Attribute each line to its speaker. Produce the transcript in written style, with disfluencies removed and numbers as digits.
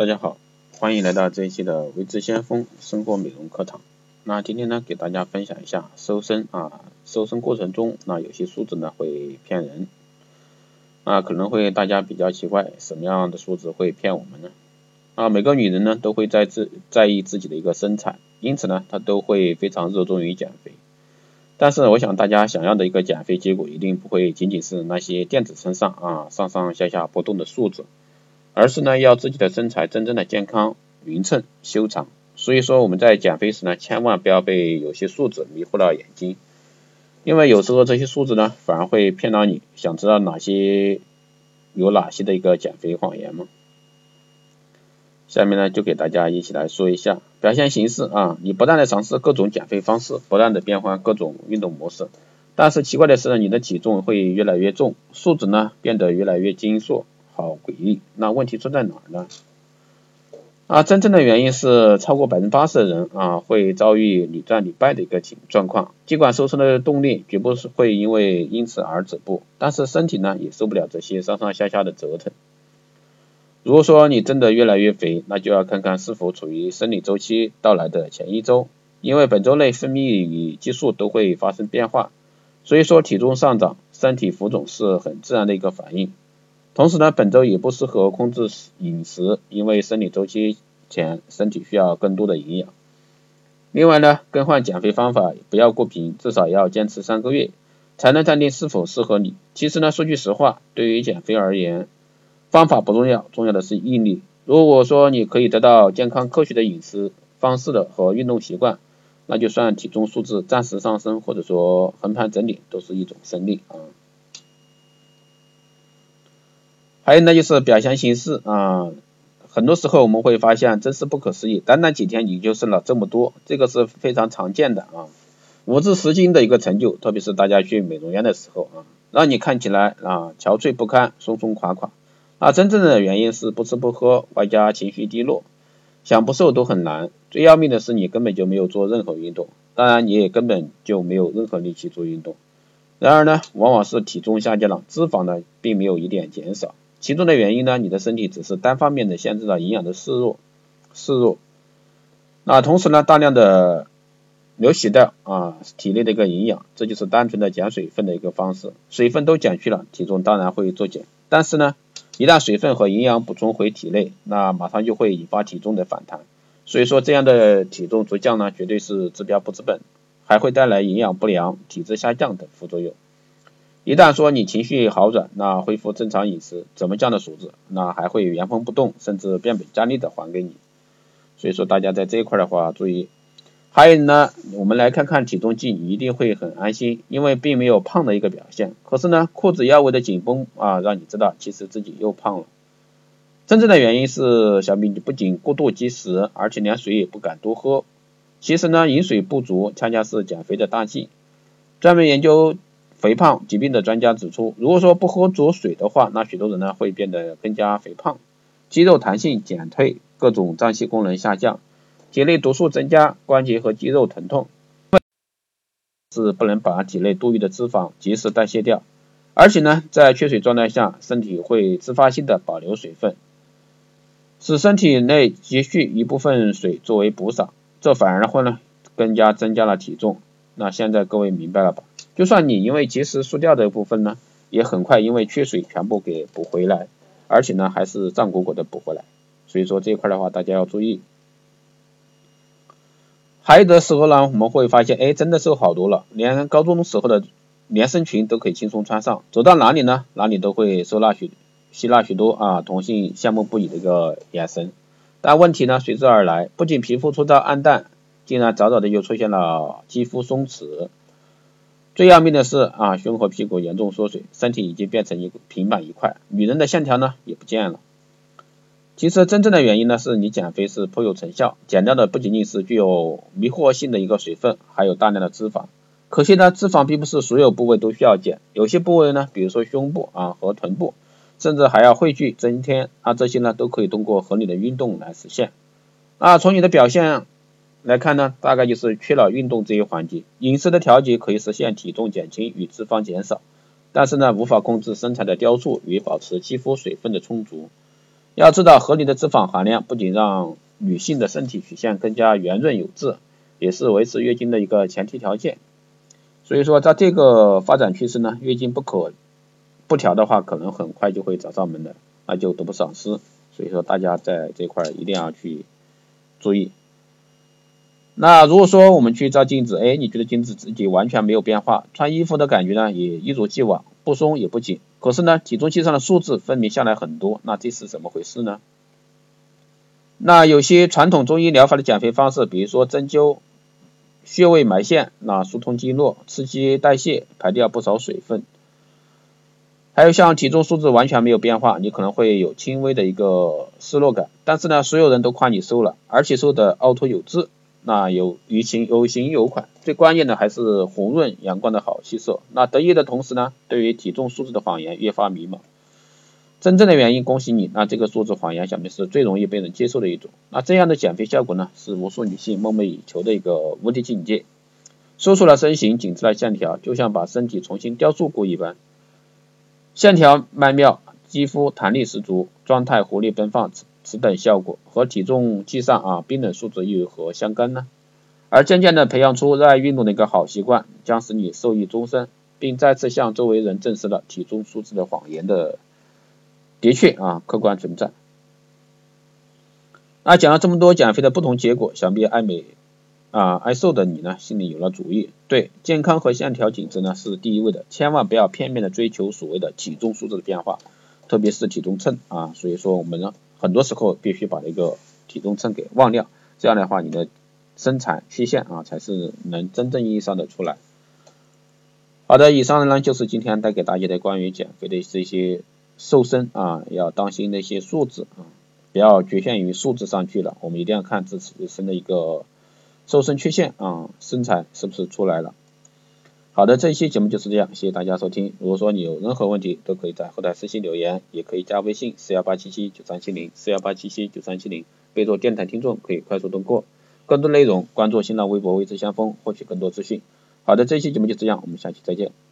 Speaker 1: 大家好，欢迎来到这一期的微知先锋生活美容课堂。那今天呢，给大家分享一下瘦身瘦身过程中有些数字呢会骗人可能会大家比较奇怪，什么样的数字会骗我们呢？每个女人呢都会在意自己的一个身材，因此呢她都会非常热衷于减肥。但是我想大家想要的一个减肥结果一定不会仅仅是那些电子秤上上上下下波动的数字，而是呢要自己的身材真正的健康、匀称、修长。所以说我们在减肥时呢，千万不要被有些数字迷惑了眼睛，因为有时候这些数字呢反而会骗到你。想知道有哪些的一个减肥谎言吗？下面呢就给大家一起来说一下表现形式你不断的尝试各种减肥方式，不断的变换各种运动模式，但是奇怪的是呢，你的体重会越来越重，数值呢变得越来越精硕，好诡异。那问题出在哪儿呢？真正的原因是超过 80% 的人会遭遇屡战屡败的一个状况。尽管瘦身的动力绝不是会因此而止步，但是身体呢也受不了这些上上下下的折腾。如果说你真的越来越肥，那就要看看是否处于生理周期到来的前一周，因为本周内分泌与激素都会发生变化，所以说体重上涨、身体浮肿是很自然的一个反应。同时呢，本周也不适合控制饮食，因为生理周期前身体需要更多的营养。另外呢，更换减肥方法不要过频，至少要坚持3个月，才能暂定是否适合你。其实呢，说句实话，对于减肥而言，方法不重要，重要的是毅力。如果说你可以得到健康科学的饮食方式和运动习惯，那就算体重数字暂时上升，或者说横盘整理，都是一种胜利还有呢就是表现形式很多时候我们会发现真是不可思议，短短几天你就瘦了这么多，这个是非常常见的5至10斤的一个成就，特别是大家去美容院的时候让你看起来憔悴不堪、松松垮垮真正的原因是不吃不喝，外加情绪低落，想不瘦都很难。最要命的是你根本就没有做任何运动，当然你也根本就没有任何力气做运动。然而呢，往往是体重下降了，脂肪呢并没有一点减少。其中的原因呢，你的身体只是单方面的限制了营养的摄入，同时呢，大量的流洗掉体内的一个营养，这就是单纯的减水分的一个方式。水分都减去了，体重当然会骤减，但是呢，一旦水分和营养补充回体内，那马上就会引发体重的反弹。所以说这样的体重逐降呢，绝对是治标不治本，还会带来营养不良、体质下降等副作用。一旦说你情绪好转，那恢复正常饮食，怎么降的数字，那还会原封不动甚至变本加厉的还给你。所以说大家在这一块的话注意。还有呢，我们来看看体重计，你一定会很安心，因为并没有胖的一个表现。可是呢，裤子腰围的紧绷让你知道其实自己又胖了。真正的原因是小米你不仅过度积食，而且连水也不敢多喝。其实呢，饮水不足恰恰是减肥的大忌。专门研究肥胖疾病的专家指出，如果说不喝足水的话，那许多人呢会变得更加肥胖，肌肉弹性减退，各种脏器功能下降，体内毒素增加，关节和肌肉疼痛，是不能把体内多余的脂肪及时代谢掉，而且呢，在缺水状态下，身体会自发性的保留水分，使身体内积蓄一部分水作为补偿，这反而会呢更加增加了体重。那现在各位明白了吧？就算你因为及时输掉的部分呢，也很快因为缺水全部给补回来，而且呢还是胀鼓鼓的补回来。所以说这一块的话大家要注意。还有的时候呢，我们会发现真的瘦好多了，连高中时候的连身裙都可以轻松穿上，走到哪里呢，哪里都会吸纳许多同性羡慕不已的一个眼神。但问题呢随之而来，不仅皮肤粗糙暗淡，竟然早早的又出现了肌肤松弛。最要命的是胸和屁股严重缩水，身体已经变成一个平板一块，女人的线条呢也不见了。其实真正的原因呢是你减肥是颇有成效，减掉的不仅仅是具有迷惑性的一个水分，还有大量的脂肪。可惜呢，脂肪并不是所有部位都需要减，有些部位呢，比如说胸部和臀部，甚至还要汇聚增添这些呢都可以通过合理的运动来实现。从你的表现来看呢，大概就是缺了运动这一环节。饮食的调节可以实现体重减轻与脂肪减少，但是呢无法控制身材的雕塑与保持肌肤水分的充足。 要知道，合理的脂肪含量不仅让女性的身体曲线更加圆润有致，也是维持月经的一个前提条件。所以说，在这个发展趋势呢，月经不调的话，可能很快就会找上门的，那就得不偿失。所以说，大家在这块一定要去注意。那如果说我们去照镜子，你觉得镜子自己完全没有变化，穿衣服的感觉呢也一如既往，不松也不紧，可是呢体重计上的数字分明下来很多，那这是怎么回事呢？那有些传统中医疗法的减肥方式，比如说针灸、穴位埋线，那疏通经络、刺激代谢，排掉不少水分。还有像体重数字完全没有变化，你可能会有轻微的一个失落感，但是呢所有人都夸你瘦了，而且瘦的凹凸有致，那有型有款，最关键的还是红润阳光的好气色。那得意的同时呢，对于体重数字的谎言越发迷茫。真正的原因，恭喜你，那这个数字谎言想必是最容易被人接受的一种。那这样的减肥效果呢，是无数女性梦寐以求的一个无敌境界。收缩了身形，紧致了线条，就像把身体重新雕塑过一般，线条曼妙，肌肤弹力十足，状态活力奔放，此等效果和体重计上冰冷数字又有何相干呢？而渐渐的培养出热爱运动的一个好习惯，将使你受益终身，并再次向周围人证实了体重数字的谎言的确客观存在。那讲了这么多减肥的不同结果，想必爱美爱瘦的你呢心里有了主意。对，健康和线条紧致呢是第一位的，千万不要片面的追求所谓的体重数字的变化，特别是体重秤所以说我们呢很多时候必须把这个体重秤给忘掉，这样的话你的身材曲线才是能真正意义上的出来。好的，以上呢就是今天带给大家的关于减肥的这些瘦身要当心那些数字不要局限于数字上去了，我们一定要看自身的一个瘦身曲线身材是不是出来了。好的，这一期节目就是这样，谢谢大家收听。如果说你有任何问题，都可以在后台私信留言，也可以加微信418779370，418779370，备注电台听众，可以快速通过。更多内容关注新浪微博微知先锋，获取更多资讯。好的，这一期节目就这样，我们下期再见。